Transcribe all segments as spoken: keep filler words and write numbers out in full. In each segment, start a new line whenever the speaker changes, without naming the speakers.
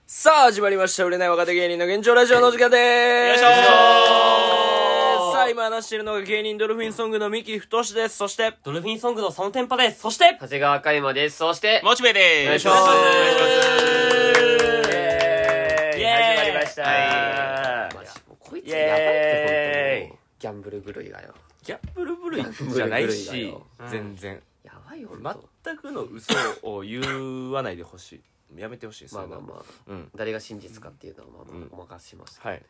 さあ始まりました、売れない若手芸人の現状ラジオの時間でーす。
よいしょー。
さあ今話しているのが芸人ドルフィンソングの三木太志です。そして
ドルフィンソングのそのテンパです。そして
長谷川海馬です。そして
モチベでーす。
お願いします。
イエーイ
イエーイ
始まりました
マジもうこいつやばいって本当ギャンブル狂いがよ。
ギャンブルブルイじゃない
ギャンブル
し
ブルイがよ、
全然
やばいよ本当。
全くの嘘を言わないでほしい。やめてほしいです。
まあまあまあ、
うん
誰が真実かっていうのはまあま
うん
あお任せします。
はい。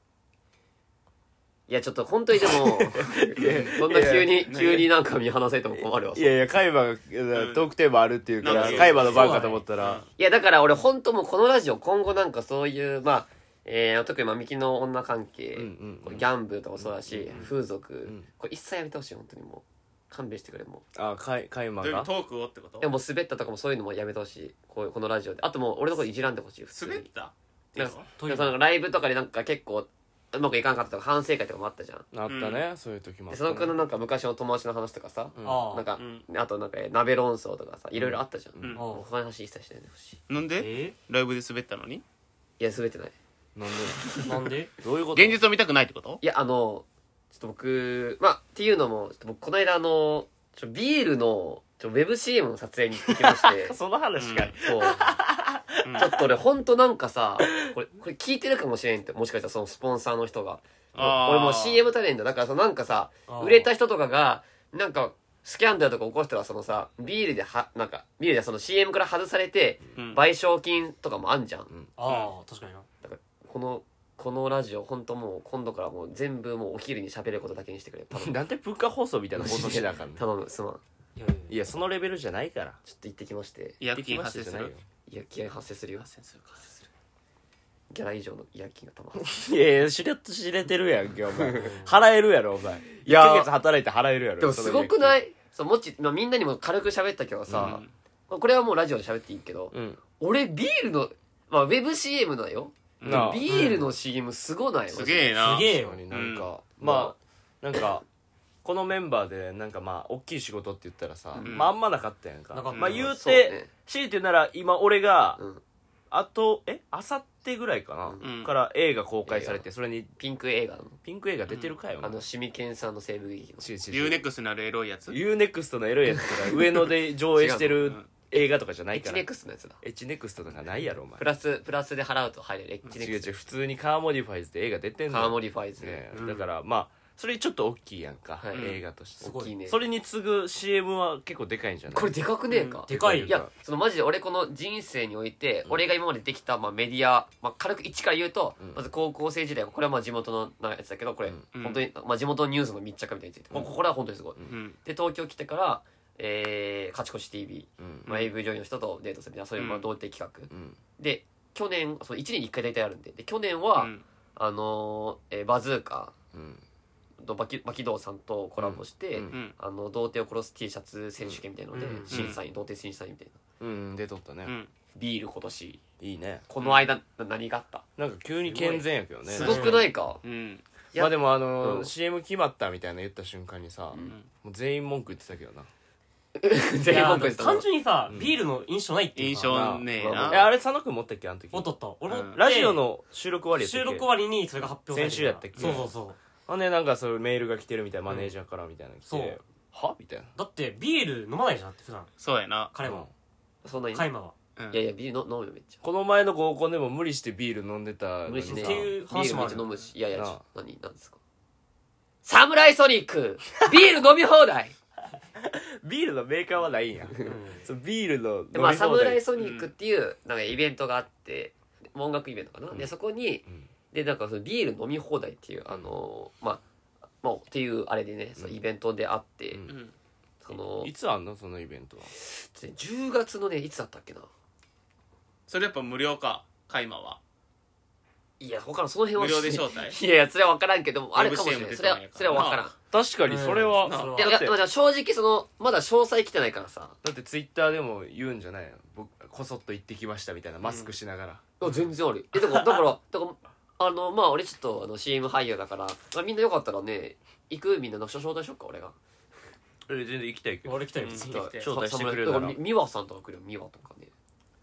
いやちょっと本当にでもこんな急に急になんか見放されても困るわ。
いやいや海馬がトークテーマあるっていうから
うん
海馬の番かと思ったら
いやだから俺本当もうこのラジオ今後なんかそういうまあえー、特にまあミキの女関係、
うんうん
これギャンブルとかもそうだし、
うん
風俗、
ん
これ一切やめてほしい本当にもう勘弁してくれもう。
あ海海馬が
どういうトークをってこと
でももう滑ったとかもそういうのもやめてほしい。こういうこのラジオであともう俺のこといじらんでほしい普通に。
滑ったっていうの
なんか
という
そのライブとかでなんか結構うまくいかんかったとか反省会とかもあったじゃん。
あったね、そういう時もあったね
でその子のなんか昔の友達の話とかさ、
うん
ああ
なんか、
うん
あとなんか鍋論争とかさいろいろあったじゃん、
うん
もうその話一切しないでほしい。
なんで
え
ライブで滑ったのに
いや滑ってない。
なんで
ー、なんで
どういうこと
現実を見たくないってこと
いやあのちょっと僕まあっていうのもちょっと僕この間あのちょビールのちょウェブ シーエム の撮影に行ってきまして
その話かい、
そうちょっと俺ほんとなんかさこれこれ聞いてるかもしれんって、もしかしたらそのスポンサーの人が
あー
俺もう シーエム タレントだからさなんかさ
あー
売れた人とかがなんかスキャンダルとか起こしたらそのさビールではなんかビールでその シーエム から外されて
うん
賠償金とかもあんじゃん、
ああ確かにな。
だからこのこのラジオほんともう今度からもう全部もうお昼に喋ることだけにしてくれ頼む
なんで文化放送みたいな放送しなあかんの
頼むすまん。
いやいや
いやそのレベルじゃないから
ちょっと行ってきまして
違約金発生する
違約金発生するよ。
発生するか
ギャラ以上の違約金がたまる
いやいやしれっと知れてるやんけお前払えるやろお前
いや
いっかげつ働いて払えるやろ
でもすごくない
い
そうもっち、まあ、みんなにも軽く喋ったけどさ、
うん
まあこれはもうラジオで喋っていいけど、
うん
俺ビールの、まあ、ウェブ シーエム だよ、
なあ
ビールの シーエム すごない、
すげえな
すげえよ
確かになんか、
うん
まあなんかこのメンバーでなんかまあ大きい仕事って言ったらさ、
うん
まああんまなかったやんか
なかった
まあ言う
そうね
て強いて言うなら今俺が、
うん
あとえあさってぐらいかな、
うん
から映画公開されてそれに
ピンク映画の
ピンク映画出てるかよ、
あのシミケンさんの西部劇の
違う違う
ユーネクストなるエロいやつ
ユーネクストのエロいやつとか上野で上映してる
違うの
映画とかじゃない
エッチ
から
ネクストのやつだ。
エッチネクストとかないやろお前
プラスプラスで払うと入れるエッチネクス
違う違う普通にカーモディファイズで映画出てんの
トカーモリファイズ、
ね
うん
だからまあそれちょっと大きいやんか、
はい
映画として
すごい
大きいね。
それに次ぐ シーエム は結構でかいんじゃない
これでかくねえか、
でかいよ
いやそのマジで俺この人生において、俺が今までできた、まあ、メディア、まあ、軽く一から言うと、
うん
まず高校生時代これはまあ地元のやつだけどこれ、
うん
本当に、まあ、地元のニュースの密着みたいについて、ここれは本当にすごい、
うん
で東京来てからえー、勝ち越し ティーブイ、
うん
まあ、エーブイ 女優の人とデートするみたいなそういうまあ
うん
童貞企画、
うん
で去年そのいちねんにいっかい大体あるんでで去年は、
うん
あのーえーバズーカ
うん
とバキバキドーさんとコラボして、
うん
うん
あの童貞を殺す T シャツ選手権みたいなので、
うん
審査員童貞審査員みたいな
うん出とったね、
うん
ビール今年
いいね
この間、何があった
なんか急に健全やけどね
すごくないか、
うん
いや
まあでもあのー
うん
シーエム 決まったみたいな言った瞬間にさ、もう全員文句言ってたけどな、
全員
いや
文句です
単純にさ、
うん
ビールの印象ないっていう
印
か
象ねえ
まあ
な
えあれ佐野くん持ったっけあの時
おっとっと俺も、
うん
ラジオの収録終わりやったっけ
収録終わりにそれが発表されて
先週やったっけ
そうそうそう
ほんでなんかそういうメールが来てるみたいなマネージャーからみたいなの来て、
そう
はみたいな
だってビール飲まないじゃんって普段
そうやな
彼は
そんなに
カイマは
うん
いやいやビールの飲むよめっちゃ
この前の合コンでも無理してビール飲んでたのに
無理しね
さ
っていう
ビール
話もある
めっちゃ飲むしいやいや
なあ
ちょ何なんですかサムライソニックビール飲み放題
ビールのメーカーはないんやそうビールの飲み放題
でまあサムライソニックっていうなんかイベントがあって音楽イベントかな、でそこに
うん
でなんかそのビール飲み放題っていうあのーまあまあっていうあれでね、そのイベントであって、
うん
うん
その
いつあんのそのイベントは
じゅうがつのねいつだったっけな、
それやっぱ無料かカイマはい
や他のその辺は
無料で招待
いやいやそれは分からんけどもあれかもしれない、
ウェブ
それは
シーエム
それは分からん、
確かにそれは、
うん
だ
いやいや
って
まあ正直そのまだ詳細来てないからさ
だってツイッターでも言うんじゃないの僕こそっと行ってきましたみたいなマスクしながら、
あ全然あるえだからだからだからあのまあ俺ちょっとあの シーエム 俳優だから、まあ、みんなよかったらね行くみんなの招待しよっか俺が
え全然行きたいけど
俺来たよ普通に
うん来て
招待してくれるなら
だからみ美和さんとか来るよ美和とかね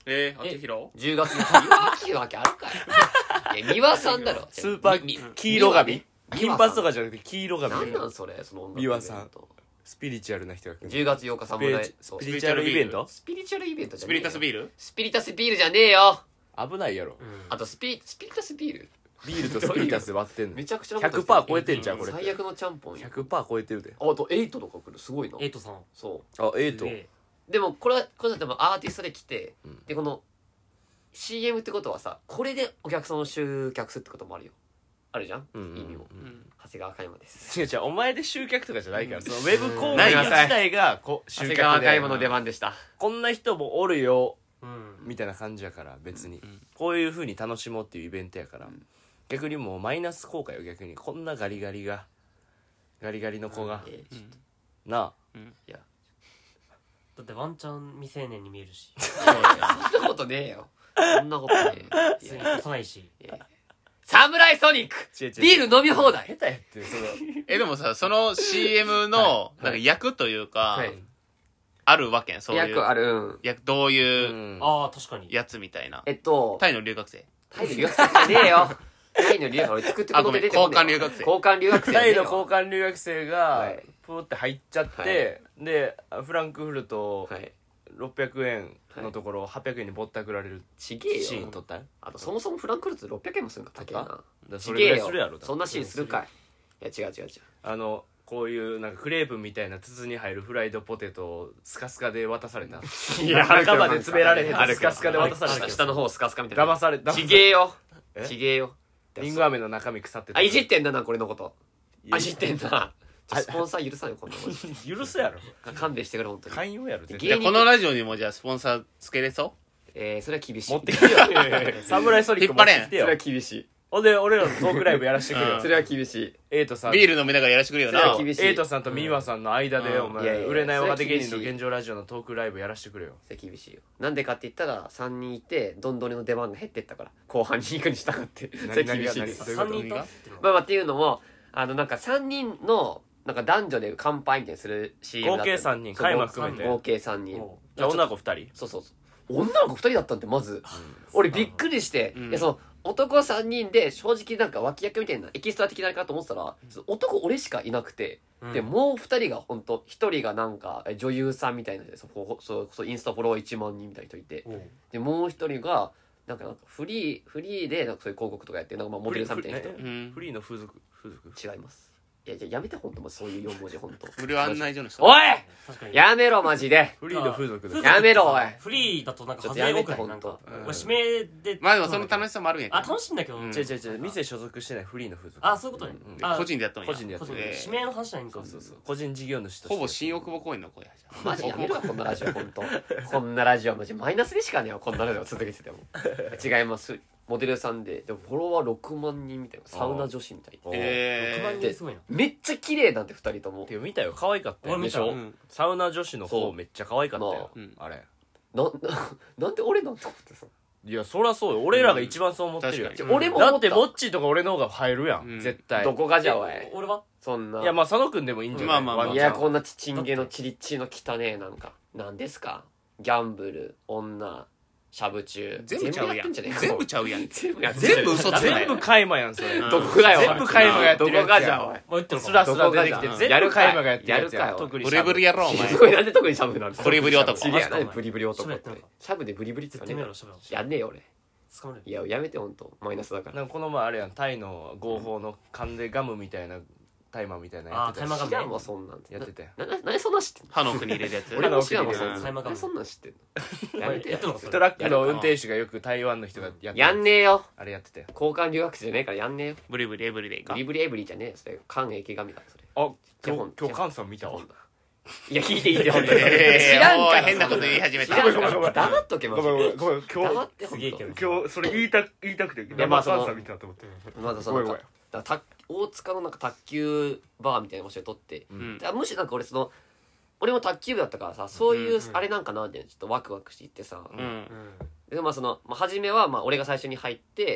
えー、あきひろ
じゅうがつに秋のわけあるかい。いや、美輪さんだろ。
スーパー
み
黄色髪
美
金
輪さん
髪とかじゃなくて黄色
なん
髪
なんそれ、その音楽
美輪さん
イベント
スピリチュアルな人が来る
じゅうがつようかサムライ
スピリチュアルイベント
スピリチュアルイベントじ
スピ
ゃねえよ
リタスビール
スピリタスビールじゃねえよ。
危ないやろ
うん
あとスピリスピリタスビール
ビールとスピリタス割ってんの
めちゃくちゃな
ひゃくパーセント超えてんじゃんこれ
最悪のちゃんぽんや。
ひゃくパーセント超えてるで
あとエイトとか来るすごいな。
エイトさん
そ
あええと
で
うでもこれはこれだってもアーティストで来て、
うん
でこの シーエム ってことはさこれでお客さんを集客するってこともあるよ。あるじゃん、
うんうんうん
意味も。
うん
長谷川嘉山です。
違う違うお前で集客とかじゃないからそのウェブ広
ない
告自体がこ集
長谷
客で
川嘉山の出番でした。
こんな人もおるよ
うん
みたいな感じやから別に
うん
こういう風に楽しもうっていうイベントやから逆にもうマイナス効果よ逆にこんなガリガリがガリガリの子が
えーちょっ
なあ
いや
だってワンチャン未成年に見えるし
そんなことねえよ。そんなことねえよ。
普通に幼いし
サムライソニック
違う違う
ビール飲み放題。
下手やってその
えでもさその シーエムの
い
なんか役というか、
はい
あるわけんそういう
役ある。うん
役どういううん
ああ確かに
やつみたいな、
えっと
タイの留学生
タイの留学生じゃねえよ。タイの留学生俺作ってこので出てこねえ
あごめん交換留学生
交換留学生
タイの交換留学生
は
が
い
プーって入っちゃって、でフランクフルト
はい
ろっぴゃくえんのところをはっぴゃくえんにぼったくられる
ちげえ
シーン
よ。
撮ったよ
あとそもそもフランクフルトろっぴゃくえんもするんか高えな。
だから
ち
それぐ
げえよ
らいするやろ
そんなシーンするかい。いや違う違う違う。
あのこういうなんかクレープみたいな筒に入るフライドポテトをスカスカで渡された
いや
中まで詰められへん
ある
スカスカで渡された
下の方スカスカみたいな。
騙された
ちげえよ
え
ちげえよ。
リンゴ飴の中身腐ってた
あいじってんだなこれのこと。
いや
あいじってんな。ちょスポンサー許さんよこんなもん。
許すやろ
勘弁してくれ本当に。
寛容やろ絶
芸人
対
じゃあこのラジオにもじゃあスポンサーつけれそ
えーそれは厳しい。
持ってきてよサムライソニック持ってきてよ
それは厳しい。
ほんで俺らのトークライブやらしてくれよ
うん
それは厳しい。
エイトさん
ビール飲みながらやらしてくれよな
それは厳しい
エイトさんとミーワさんの間で
うん
お前
いやいや
売れない若手芸人の
それは厳しい
現状ラジオのトークライブやらしてくれよ
それ厳しいよ。なんでかって言ったらさんにんいてどんどんの出番が減ってったから後半に行くに従ってそれ
何
厳しいです。
何が何
三人いたっていうの
まあまあっていうのもあのなんかさんにんのなんか男女で乾杯みたいにする シーエム だったの
合計さんにん
そう
海馬含めて
合計さんにん
も
じゃあ女の子ふたり
そうそうそう女の子ふたりだったんでまず俺びっくりして、
うん
いやその男さんにんで正直なんか脇役みたいなエキストラ的なあれかと思ってたらその男俺しかいなくて、
うん
でもうふたりが本当ひとりがなんかえ女優さんみたいなそこそうそうインスタフォロワーいちまんにんみたいな人いて
おう
でもうひとりがなんかなんかフリーフリーでなんかそういう広告とかやってなんかまあモデルさんみたいな人
フリ
うん
フリーの風俗風俗
違いますいやじゃあやめて本当もうそういうよん文字本当
無料案内所の人
おい
確かに
やめろマジで
フリーの風俗です
やめろおい
フリーだとなんか
ちょっと
外れ
やめて
多くないなんか
ほんと
うん
俺指名で
まあでもその楽しさもあるんやけど
あ楽しいんだけど
うん
違う違う違う店所属してないフリーの風俗
あそういうことね
うん
で
あ
個人でやったの
個人でやってる
個人
えー
指名の話じゃないんか
そうそうそう個人事業主として
ほぼ新大久保公園の声やじゃん
マジやめろよこんなラジオ本当こんなラジオマジマイナスでしかねえよこんなラジオ続けてても違いますモデルさんででもフォロワーろくまんにんみたいなサウナ女子みたいな
おー
え
ろくまん人すごいな
めっちゃ綺麗なんてふたりとも
てか見たよ可愛かったよ
俺見た
でしょ
うん
サウナ女子の
そう
方めっちゃ可愛かったよ
ま
あれ
なななんで俺なんて思ってさ
いやそりゃそうよ俺らが一番そう思ってるよ
確かに
俺も思った
だってモッチーとか俺の方が入るや
うん
ん絶対
どこがじゃおい
俺は
そんない
やまあ佐野くんでもいいんじゃない
まあまあまあ
ワンチャン
いやこんなちちんげのチリッチの汚ねえなんかなんですかギャンブル女しゃぶ中
全部ちゃうやん
全部やってんじゃねえか
全部ちゃうやん
全部やってんじゃねえ
全部嘘つくな
全部カイマやんそれ
うん
どこがよ
全部カイマがやってるやつ
どこがじゃおい
もう言ってる
ス
のか
ラスラ出てき
どこが
て全部カイマがやってるやつや
やるかよ
ブ
特にシャブ
リブリやろお前
すごいなんで特にシャブなんですか
ブリブリ男
ちげえ
マジか
なんでブリブリ男って
シャブやってんのか
シャブでブリブリって
絶対
言ったね
見ろしゃべろ
やんねえよ俺
捕まる
いややめてほんとマイナスだから
なんかこの前あれやんタイの合法の噛んでガムみたいな大麻みたいなやってたよ
あー大麻ガム
知らんわそんなん
やってたよ
なな何そんなん知ってんの
歯の奥に入れるやつ
俺も知らんわ
俺の
そんなん
大麻ガム
何そんなん知ってんのやめてよ
やってんのかそれ
トラックの運転手がよく台湾の人がやって
やんねえよ
あれやってたよ
交換留学生じゃねえからやんねえよ
ブリブリエブリデイか
ブリブリエブリじゃねえよそれ関駅神だそれ
あ
じゃあほん
今日今日カンさん見たわ
ほんといや聞いていいってほんとに
えー
知らんから
もう変なこと言い始めた
知らんか
ごめんごめんごめん
ら黙っとけマジで
ごめんごめん今日
黙ってほん
すげえけど
と
今日それ言いた言いたくて
やまあその
カンさん見たと思って
まだその
ごめんごめん
だからた大塚のなんか卓球バーみたいな場所で撮って
うん
だからむしろなんか俺その俺も卓球部だったからさそういう
うんうん
あれなんかなってちょっとワクワクしていってさ
うん
うん
でまあその、まあ、初めはまあ俺が最初に入って、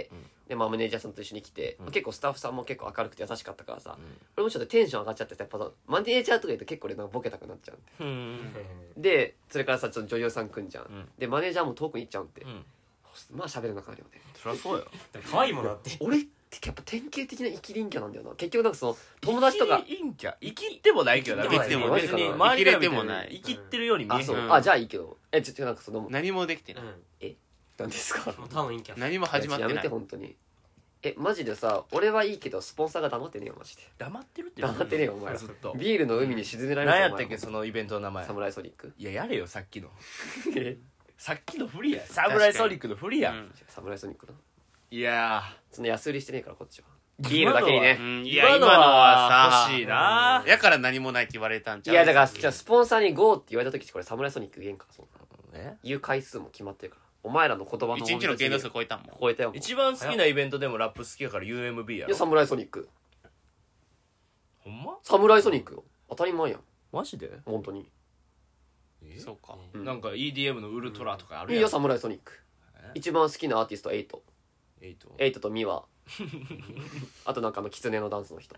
で、まあ、マネージャーさんと一緒に来て、
うん
結構スタッフさんも結構明るくて優しかったからさ、
うん
俺もちょっとテンション上がっちゃってさ、やっぱさマネージャーとか言うと結構俺なんかボケたくなっちゃうん
うん
ででそれからさちょっと女優さん来んじゃん、
ん
でマネージャーも遠くに行っちゃうんで、
うん
まあ喋れなくなるよね。
そりゃそうよ
でも可愛いもんだって
俺ってやっぱ典型的な生きりんきゃなんだよな。結局なんかその友達とか
いいんきゃ生きってもないけどな
生きってもない
別に
マジかな
周りから見
生きれてもない
生きってるように見えへん
あそう、
うん
あじゃあいいけどえちょっとなんかその
何もできて
う
ない、
ん
なんですか
もう多分いいんきゃ
何も始まって
やめ
ない
て本当に。えマジでさ俺はいいけどスポンサーが黙ってねえよマジで。
黙ってるって
黙ってねえよお前ら。
ずっと
ビールの海に沈められるぞ
何やったっ
お前
けそのイベントの名前
サムライソニック
いややれよさっきの
え
さっきのフリやサムライソニックのフリや
うん
サムライソニックない
や
その安売りしてねえからこっちは
ー
ビールだけにね
うんい
今の
や今のはさ
欲しいな
やから何もないって言われたんちゃう
いやだからじゃあスポンサーに ゴー って言われた時これサムライソニック言えんからそう
え
言う回数も決まってるからお前らの言葉の
一日の限度数超えたもん
超えたよもう
一番好きなイベントでもラップ好きやから ユーエムビー やろ
いやサムライソニック
ほんま
サムライソニックよ当たり前やん
マジで
本当に
え
そうか
うん
なんか イーディーエム のウルトラとかある
い
やん
やサムライソニック
え
一番好きなアーティストエイト
エイト
エイトとミワあとなんかあのキツネのダンスの人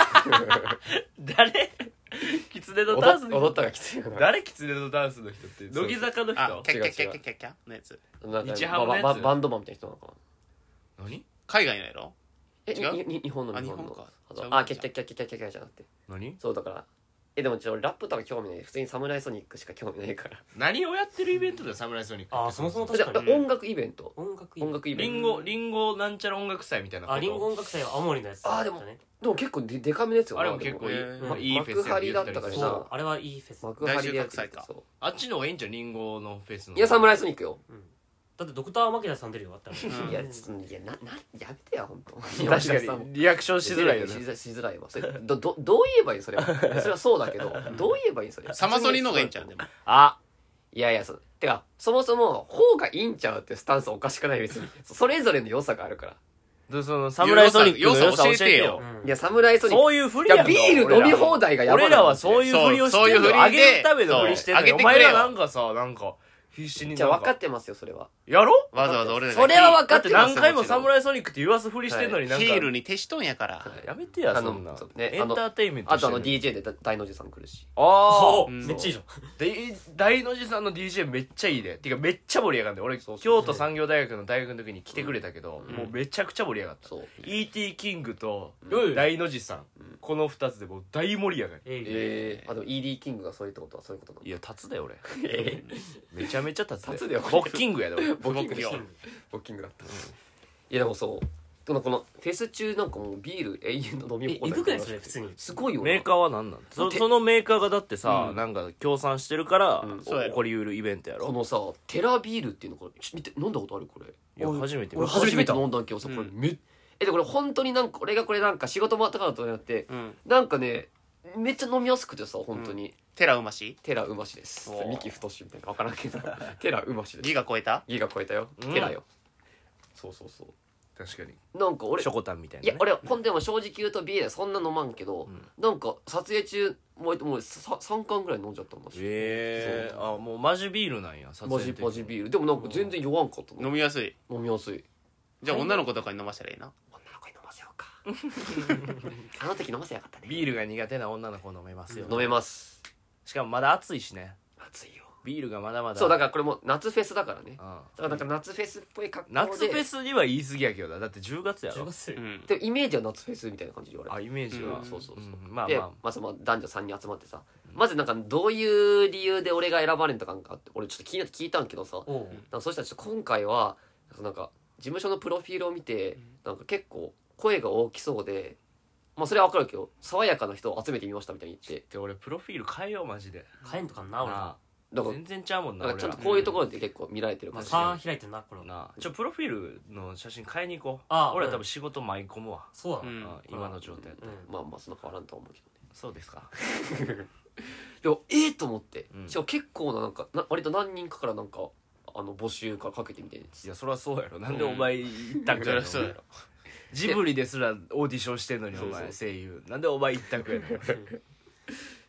誰キツネの
踊
ダンスの人
踊ったがキツネのダン
誰キツネのダンスの人って
そう
乃木坂の
あキ
人
ャッキャッキャッキャッキャッキャッのやつ
スなんか
日ハムのやつ
バババンドマンみたいな人なのかな
何
海外のやろ
え
違う
にに日本の
あ
日本の
日本か
あと
違う
あキャッキャッキャッキャッキャッキャッキャッじゃなくて
何
そうだからえでもちょっとラップとか興味ない普通にサムライソニックしか興味ないから
何をやってるイベントだよサムライソニック
あーそもそも
じゃ
確かに
あ音楽イベント
音楽
音楽イベント
リンゴリンゴなんちゃら音楽祭みたいなこと
あリンゴ音楽祭は青森のやつだったね
あーでもでも結構ででかめのやつよな
あれも結構いい,、
でも
まあ、いいフェス
幕張だったから
や
そうあれはいいフェス
幕張でやって
大衆学祭か
そう
あっちの方がいいんじゃんリンゴのフェスの
いやサムライソニックよ
だってドクター牧田さん出るよあったら
うん
いやちょっといやななやめてよ本当
確かにリアクションしづらいよね
しづらいしづらいわそれどどどう言えばいいそれはそれはそうだけどどう言えばいいそれ
サマソニの方がいいんちゃうでも
あ
いやいやそうてかそもそも方がいいんちゃうってスタンスおかしくない別にそれぞれの良さがあるから
でそのサムライソニックの良さ教えてよ
うん
いやサムライソニック
そういうふりやんか
いやビール飲み放題がやばい
俺らはそういうふりをしてるの
そうそういうふりで
上げるためのふりしてるのにお
そう上げてくれよ
前らなんかさなんか必死になん
じゃあ分かってますよそれは
やろ
わざわざ俺らが
それは分か
だってて
っます
何回もサム
イ
ライソニックって言わすふりしてんのになんか
ヒールに徹しとんやから
はい
やめてや
あの
そんな
そうね
エンターテインメント
あとあの
してんの
ディージェー でだ大の字さん来るし
ああ
うん
めっちゃいいじゃん
で大の字さんの ディージェー めっちゃいいでてかめっちゃ盛り上がるんで俺
そうそう
京都産業大学の大学の時に来てくれたけど、
うん
もうめちゃくちゃ盛り上がった、
そう
イーティー キングと
うん
大の字さん、
うん
このふたつでもう大盛り上がり
えい
えー、あでも イーディー キングがそういうってことはそういうことなんだ
いや立つだよ俺
え
めちゃめちゃ立つ
立つだよ
ボッキングやで俺
ボッキングでしょボッキングだった、いやでもそうでもこのフェス中なんかもうビール永遠の飲み放題
ええぐくないそれ普通に
すごいよな
メーカーは何なんそ
て
そのメーカーがだってさ、
うん
なんか協賛してるから、
うん
そうやろ
起こりうるイベントやろ
このさテラビールっていうのこれちょっと見て飲んだことあるこれ
いや初めて
俺
見た
初めて飲んだんけどさ、
うん
これめえでこれ本当になんか俺がこれなんか仕事もあったからとなって
うん
なんかねめっちゃ飲みやすくてさ本当に、
テラうまし
テラうましです
おー
三木太みたいな分からんけどテラうましです
ギガ超えた
ギガ超えたよ、
うん
テラよそうそうそう
確かに
なんか俺
ショコタンみたいな、ね、
いや俺ほんでも正直言うとビールそんな飲まんけど、
ん
なんか撮影中もうもうささんかんぐらい飲んじゃったんだし
ええー、あもうマジビールなんや撮
マジ
影的に
マジビールでもなんか全然酔わんかったの
飲みやすい
飲みやすい
じゃあ女の子とかに飲ましたらいいな
女の子に飲ませようかあの時飲ませやがったね
ビールが苦手な女の子飲めますよ、
飲めます
しかもまだ暑いしね
暑いよ
ビールがまだまだ
そうだからこれも夏フェスだからね
うん
だからなんか夏フェスっぽい格好で
夏フェスには言い過ぎやけどなだってじゅうがつや
10
ろ
月
うん
でもイメージは夏フェスみたいな感じで言われ
あ
る
イメージは、
うん
そうそうそう、
んまあ
で
ま
まずまあ男女さんにん集まってさまずなんかどういう理由で俺が選ばれんとかなんかって俺ちょっと気になって聞いたんけどさ
おう
なんかそしたらちょっと今回はなんか事務所のプロフィールを見てなんか結構声が大きそうでまあそれは分かるけど爽やかな人を集めてみましたみたいに言って
あで俺プロフィール変えようマジで
火炎とかな俺
な
な
あ
だから
全然ちゃうもんな
なんかちゃん
俺ら
とこういうところで結構見られてる
まあ
感じ
差開いてるなこれ
なあちょプロフィールの写真変えに行こう
あ
俺ら多分仕事舞い込むわ、
そうだな
うん
あ今の状態やったら、
うん
まあまあそんな変わらんとは思うけどね
そうですか
でもええと思って、
うん
しかも結構ななんかな割と何人かからなんかあの募集からかけてみて
いやそりゃそうやろなんでお前行ったんかやろ
そりゃそうやろ
ジブリですらオーディションしてんのにお
そうそう
前声優なんでお前一択やねん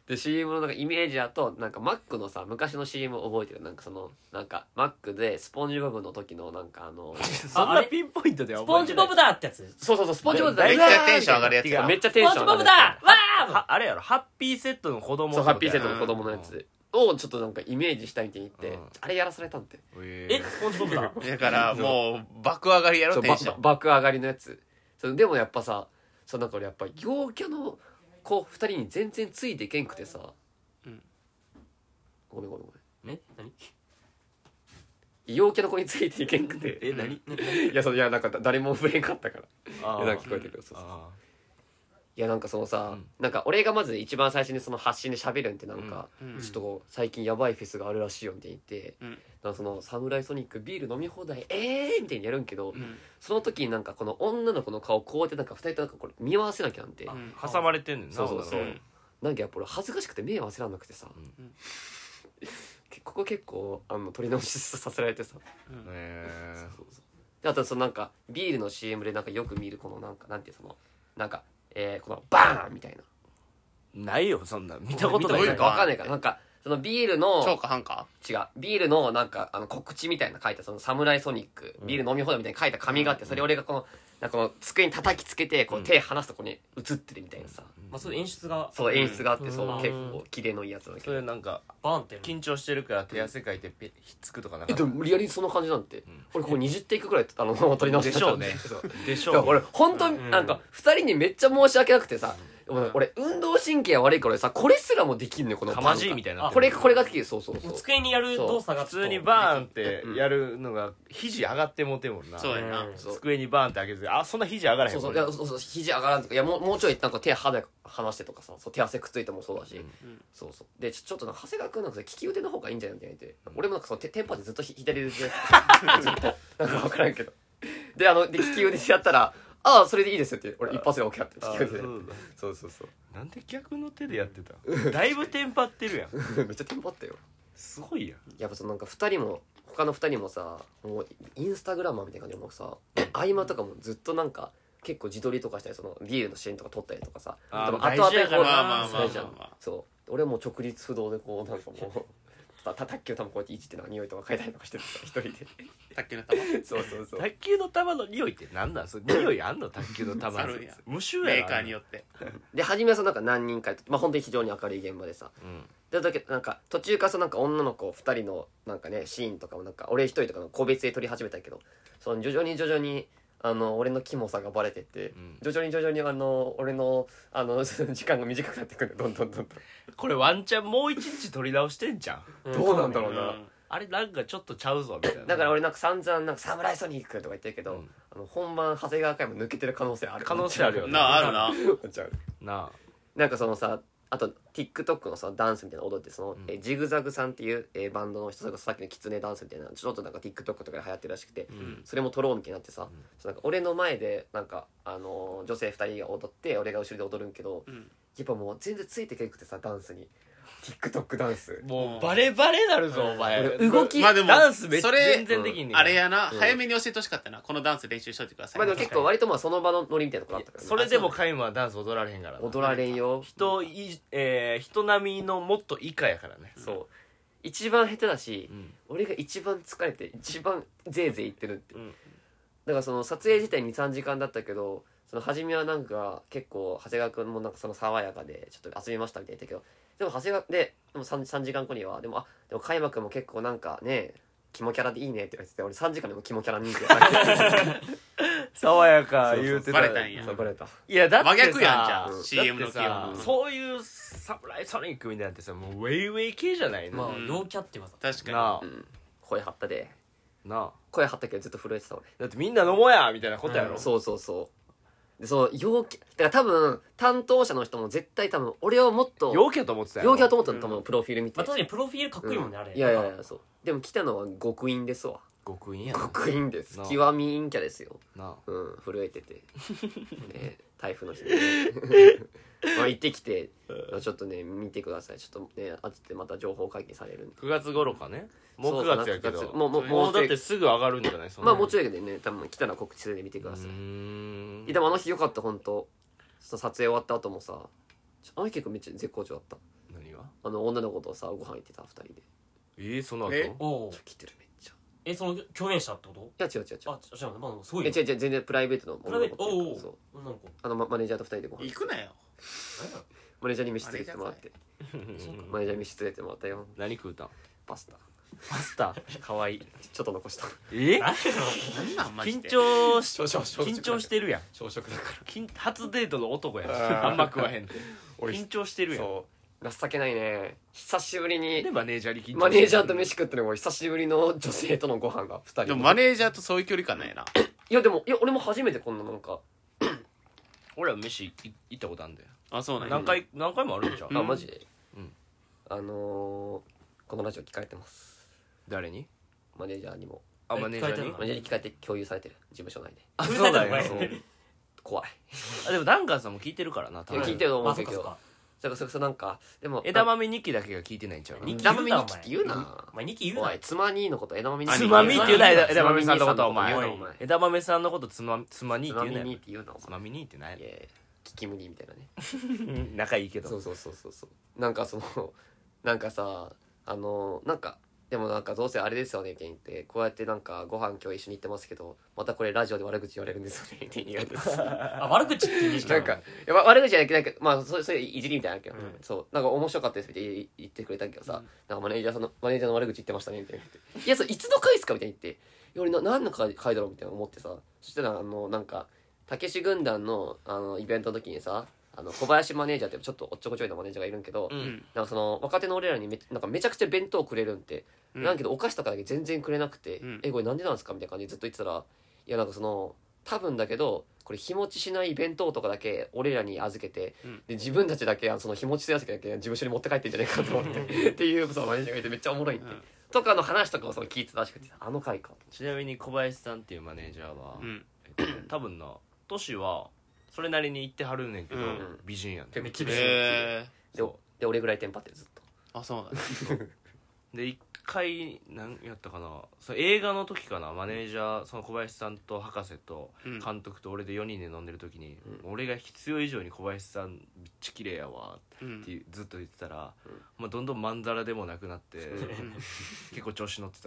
で シーエム のなんかイメージだとなんかマックのさ昔の シーエム 覚えてるなんかそのなんかマックでスポンジボブの時のなんかあの
そんなピンポイントでは
スポンジボブだってやつ。
そうそうそうスポンジボブだ
めっちゃテンション上がるやつ
が
めっちゃ
ス
テンション上がる
ポンジボブだわー
はあれやろハッピーセットの子供
そうハッピーセット
の
の子供のやつをちょっとなんかイメージしたみたいに言って、
うん
あれやらされたんで
え
え、スポンジボブだ。
だからもう爆上がりやろ
そうば
テンション
爆上がりのやつそうでもやっぱさそうなんか俺やっぱ陽キャの子ふたりに全然ついていけんくてさ、
うん、
ごめんごめんごめん
え、何？
陽キャの子についていけんくて
え何
いやそういやなんか誰も触れんかったから
あ
いやなんか聞こえてくるそうそう
あ
いやなんかそのさ、
うん
なんか俺がまず一番最初にその発信で喋るんってなんか、
うん
ちょっとこう最近やばいフェスがあるらしいよみたいに言って、
うん
なんかそのサムライソニックビール飲み放題えーみたいにやるんけど、
うん
その時になんかこの女の子の顔こうやってなんかふたりとなんかこれ見合わせなきゃなんて、
うん
挟まれてんねんな
そうそうそう、
うん
なんかやっぱ俺恥ずかしくて目合わせらんなくてさ、
うん
ここ結構あの取り直しさせられてさ
え
そうそうであとそのなんかビールの シーエム でなんかよく見るこのなんかなんていうそのなんかえー、このバーンみたいな
ないよそんな見たことない
見たこと
わかんないからなんかそのビールの
超過半か
違うビールのなんかあの告知みたいな書いたそのサムライソニックビール飲み放題みたいに書いた紙があってそれ俺がこのなんかこの机に叩きつけてこう手離すとこに映ってるみたいなさ、
まあそういう演出が
そう演出があってそう
うん
結構綺麗のいいやつなんだけ
そ
ど
れなんか
バーンって。
緊張してるから手汗かいてピッひっつくとかなか
え
った
でもリアルにその感じなんて俺ここにじゅうテイクぐらいあの取り直して
でしょうね
そう
でし
だから
ょう
俺本当になんかふたりにめっちゃ申し訳なくてさ俺俺運動神経が悪いから俺さこれすらもできんのよこの
かまじいみたいになってる
これこれができるそうそうそう
机にやる動作が
普通にバーンって
うん
やるのが肘上がってもてんもんな
そうやな
うん
そう
机にバーンって上げてあそんな肘上がらへん
そうそうい
これ
やそうそう肘上がらんとかいやもうもうちょいなんか手離離してとかさそう手汗くっついてもそうだし、
うん
そうそうでちょちょっとなんか長谷川君なんか利き腕の方がいいんじゃないみたいな言って、俺もなんかそのテテンパでずっとひ左腕でずっとなんか分からんけどであので利き腕でやったらああそれでいいですよって俺一発で OK やって
あ
利き腕で
そうだ
そうそうそう
なんで逆の手でやってただいぶテンパってるやん
めっちゃテンパったよ
すごいやん
やっぱそのなんかふたりも他のふたりもさもうインスタグラマーみたいな感じでもうさ合間とかもずっとなんか結構自撮りとかしたりそのビールのシーンとか撮ったりとかさ
あー
多分
大事やからな
まあまあまあまあ
大事じゃんそう俺はもう直立不動でこうなんかもうた卓球多分こうやっていじってなんか匂いとか嗅いだりとかしてるさ一人で
卓球の球
そうそうそう
卓球の球の匂いって何なんそれ匂いあんの卓球の球
あるんや
無臭やろ
メーカーによって
で初めはさなんか何人かやってまあ本当に非常に明るい現場でさ
うん
でだけどなんか途中からさなんか女の子ふたりのなんかねシーンとかもなんか俺一人とかの個別で撮り始めたけどその徐々に徐々にあの俺のキモさがバレてって、
ん
徐々に徐々にあの俺のあの時間が短くなってくるんだよどんどんどんどん
これワンチャンもう一日取り直してんじゃん
うん
どうなんだろうな、
うん
あれなんかちょっとちゃうぞみたいな
だから俺なんか散々なんかサムライソニックとか言ってるけど、
うん
あの本番長谷川会も抜けてる可能性ある
可能性あるよね
なああるな
めっちゃある
な
なんかそのさあと TikTok のさダンスみたいなの踊ってその、
ん
えジグザグさんっていう、えーバンドの人がさっきのキツネダンスみたいなちょっとなんか TikTok とかで流行ってるらしくて、
あうん
それも撮ろうみたいになってさ、そうなんか俺の前でなんか、あのー女性ふたりが踊って俺が後ろで踊るんけど、
うん
やっぱもう全然ついてけなくてさダンスに TikTok ダンス
もうバレバレなるぞお前
俺動き
まあでも
ダンスめっちゃ
それ
全然できんねん
あれやな
うん
早めに教えてほしかったなこのダンス練習しといてください
まあでも結構割とまあその場のノリみたいなとこあったからね
それでもカイムはダンス踊られへんからな
踊られんよ
人い、えー、人並みのもっと以下やからね
そう一番下手だし、
うん
俺が一番疲れて一番ぜいぜい言ってるって、
うん
だからその撮影自体にさんじかんだったけどその初めはなんか結構長谷川君もなんかその爽やかでちょっと遊びましたみたいな言ったけどでも長谷川ででも 3, さんじかんごにはでもあでも開幕も結構なんかねキモキャラでいいねって言われてて俺さんじかんでもキモキャラ認定されて
爽やか言うてた
バレたんや
そうバレた
いやだってさ
真逆やんじゃん
だって
シーエム の基
さ
本
そういうサムライソニックみたいなってさもうウェイウェイ系じゃないの、
まあ
うん
陽キャっていうかさ
確か
なあ
うん声張ったで
なあ
声張ったけどずっと震えてた俺
だってみんな飲もうやみたいなことやろ、
うん
そうそうそうでその陽キャだから多分担当者の人も絶対多分俺をもっと
陽キャと思ってたやろ
陽キャと思ったの多分プロフィール見て、
まあ確かにプロフィールかっこいいもんねあれ
いやいやいやそうでも来たのは極陰ですわ
極陰やな
極陰です
なあ
極み陰キャですよ
な
うん震えててね台風の日にねまあ行ってきてちょっとね見てくださいちょっとねあっちでまた情報解禁されるんで
くがつ頃かねもう
そう
くがつやけど
そうなんかもうもう
もうだっ
もう
てすぐ上がるんじゃないそんな
まあもうちょいでね多分来たら告知で見てください、
うーん
でもあの日よかった本当その撮影終わった後もさあの日結構めっちゃ絶好調だったあの女の子とさご飯行ってたふたりで
えー、その後
え
おお
来てるめっちゃ
えその共演者ってこと
いや違う違う違う
あ違うまあすごいよ
え違う違う全然プライベートの
プライベート
女の子
おお
そう
女の子
あのママネージャーとふたりでご飯
行くなよ
マネージャーに飯連れてってもらってマネージャーに飯連れてってもらったよ
何食うたん
パスタ
パスタかわいい
ちょっと残した
え
なんなんマジ
緊
で
張し
少々少々
緊張してるやん
朝食だか
緊初デートの男やん
あー
あんま食わへんって
俺
緊張してるやん
らそう情けないね久しぶりに
でマネージャーに緊張してる
マネージャーと飯食ってるのも久しぶりの女性とのご飯がふたり
でもマネージャーとそういう距離感ないない
やでもいや俺も初めてこんななんか
俺は飯い行ったことあるんだよ
あそうなんや
何回何回もあるんじゃん、
うん
あマジで
うん
あのーこのラジオ聞かれてます
誰に
マネージャーにも
あ
え
マネージャーに
聞かれてんの
マネージャーに聞かれて共有されてる事務所内で
あそうだよ
そ
ね
う
怖い
あでもダンカンさんも聞いてるからな多分
いや聞いてると思
あ
うけど
そっかそっか
それこそそなんかでも
枝豆にきだけが聞いてないんちゃうか
ニキ
枝豆にきって言うな
お前ニキ言うな
おい妻にのこと枝豆に
あ
つまみって言うな
兄貴
枝豆さんのことお前
つまみ兄さんのこと言うなお前
枝豆さんのことつまつまにって
つまみ
言うなよ
にって言うなお
つまみにってない
前いやいやキキムニみたいなね
うん仲いいけど
そうそうそうそうそうなんかそのなんかさあのなんかでもなんかどうせあれですよねって言ってこうやってなんかご飯今日一緒に行ってますけどまたこれラジオで悪口言われるんですよねって言われて
あ悪口っていう意識
なんかいやわ悪口じゃなくてなんかまあそれそれいじりみたいなわけど、
うん
そうなんか面白かったですって言言ってくれたけどさ、なんかマネージャーさんのマネージャーの悪口言ってましたねみたいな言っていやそれいつの回っすかみたいに言っていや俺な何の回回だろうみたいな思ってさそしたらあのなんかたけし軍団のあのイベントの時にさあの小林マネージャーってちょっとおっちょこちょいなマネージャーがいるんけど、
う
うんん
なんかその若手の俺らにめなんかめちゃくちゃ弁当くれるんって、
うん
なんけどお菓子とかだけ全然くれなくて「
うん
えこれなんでなんですか?」みたいな感じでずっと言ってたらいやなんかその多分だけどこれ日持ちしない弁当とかだけ俺らに預けて、
うん
で自分たちだけその日持ちするやつだけ事務所に持って帰ってんじゃないかと思ってっていうそのマネージャーがいてめっちゃおもろいって、
うん
とかの話とかをその聞いてたらしくてあの回かと
ちなみに小林さんっていうマネージャーは、
うん
えっとね多分な年はそれなりに言ってはるねんけど、
うん
美人やね
めっちゃ美人
へえ
で
そ
で俺ぐらいテンパってるずっと
あそうなんだ
で一回何やったかなその映画の時かなマネージャーその小林さんと博士と
うん
監督と俺でよにんで飲んでる時に、俺が必要以上に小林さんめっちゃ綺麗やわ
うん
ってずっと言ってたら、まあ、どんどんまんざらでもなくなって、結構調子乗ってた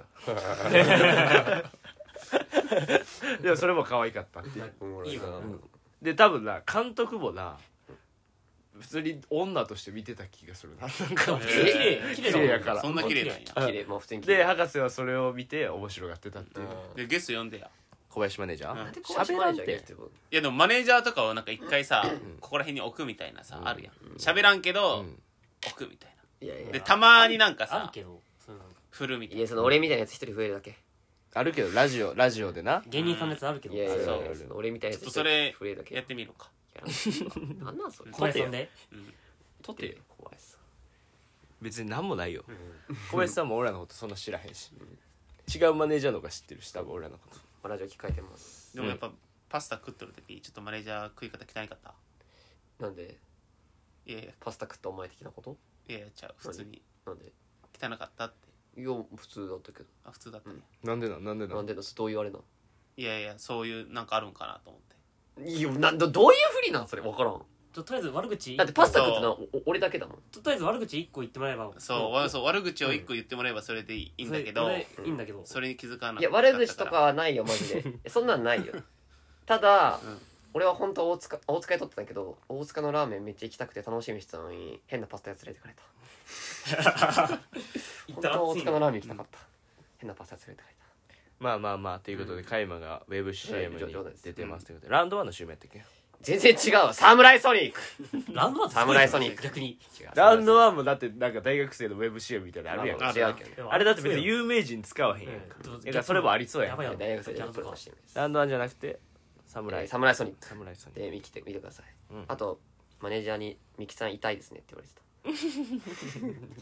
でもそれも可愛かったっていう
おもろいな、
で多分な監督もな普通に女として見てた気がするななんか
綺麗綺麗だもん
綺麗やから
そんな綺麗なんや
綺麗まあ普通に綺麗
で博士はそれを見て面白がってたっていう、
でゲスト呼んでや
小林マネージャー
うん
喋らんて
いやでもマネージャーとかをなんか一回さここら辺に置くみたいなさあるやん喋らんけど
うん
置くみたい
いやいや
なでたまになんかさ
あるけどそういうの
振るみたいな
いやその俺みたいなやつ一人増えるだけ
あるけどラジオラジオでな
芸人さんのやつあるけど
いやいやいや
そう
その俺みたいなやつ
ちょっとそれ
増えるだけ
やってみるか
いやなんなんそれ
小林さんで
うん
とて
怖いさ
別に何もないよ小林さんも俺らのことそんな知らへんし違うマネージャーの方が知ってるし多分俺らのこと
ラジオ聞かれてます
でもやっぱパスタ食っとる時ちょっとマネージャー食い方汚かった
なんで
いやいや
パスタ食ったお前的なこと
いやいやちゃう普通に
なんで
汚かったって
いや普通だったけど
あ普通だったね
なんでなんなんでな
なんんでだどういうあれない
やいやそういうなんかあるんかなと思って
いやなんどどういうふりなんそれ分からん
ととりあえず悪口
だってパスタ食ってのはお俺だけだもん
とりあえず悪口一個言ってもらえば
そうわそう悪口を一個言ってもらえばそれでいいんだけど
それいいんだけど
それに気づかない
いや悪口とかはないよマジでそんなんないよただ、
うん
俺は本当は大塚大塚で撮ってたけど大塚のラーメンめっちゃ行きたくて楽しみにしてたのに変なパスタ屋連れてかれた本当は大塚のラーメン行きたかった、変なパスタ屋連れてかれた
まあまあまあということでカイマがウェブ シーエム に
冗談です
出てますということでラウンドワンの シーエム やったっけ
全然違うサムライソニック
ラウンドワンって
サムライソニック
逆に
ラウンドワンもだってなんか大学生のウェブ シーエム みたいなのあるやん
あ
る
違うけどね
あれだって別に有名人使わへんやんか
うん
だからそれもありそうやん
やばいやばい
大学生でプロの シーエム です
ラウンドワンじゃなくてサムライ
サムライソニック
サムライソニ
で見て見てください、
うん
あとマネージャーに「ミキさん痛いですね」って言われてた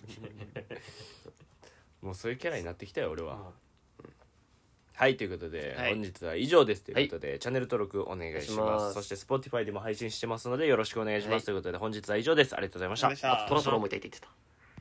もうそういうキャラになってきたよ俺は、
うん
はいということで、
はい
本日は以上ですということで、チャンネル登録お願いします
お願いします
そして Spotify でも配信してますのでよろしくお願いします、
はい
ということで本日は以上ですありがとうございました
お願いします
あとトロトロも痛いって言ってた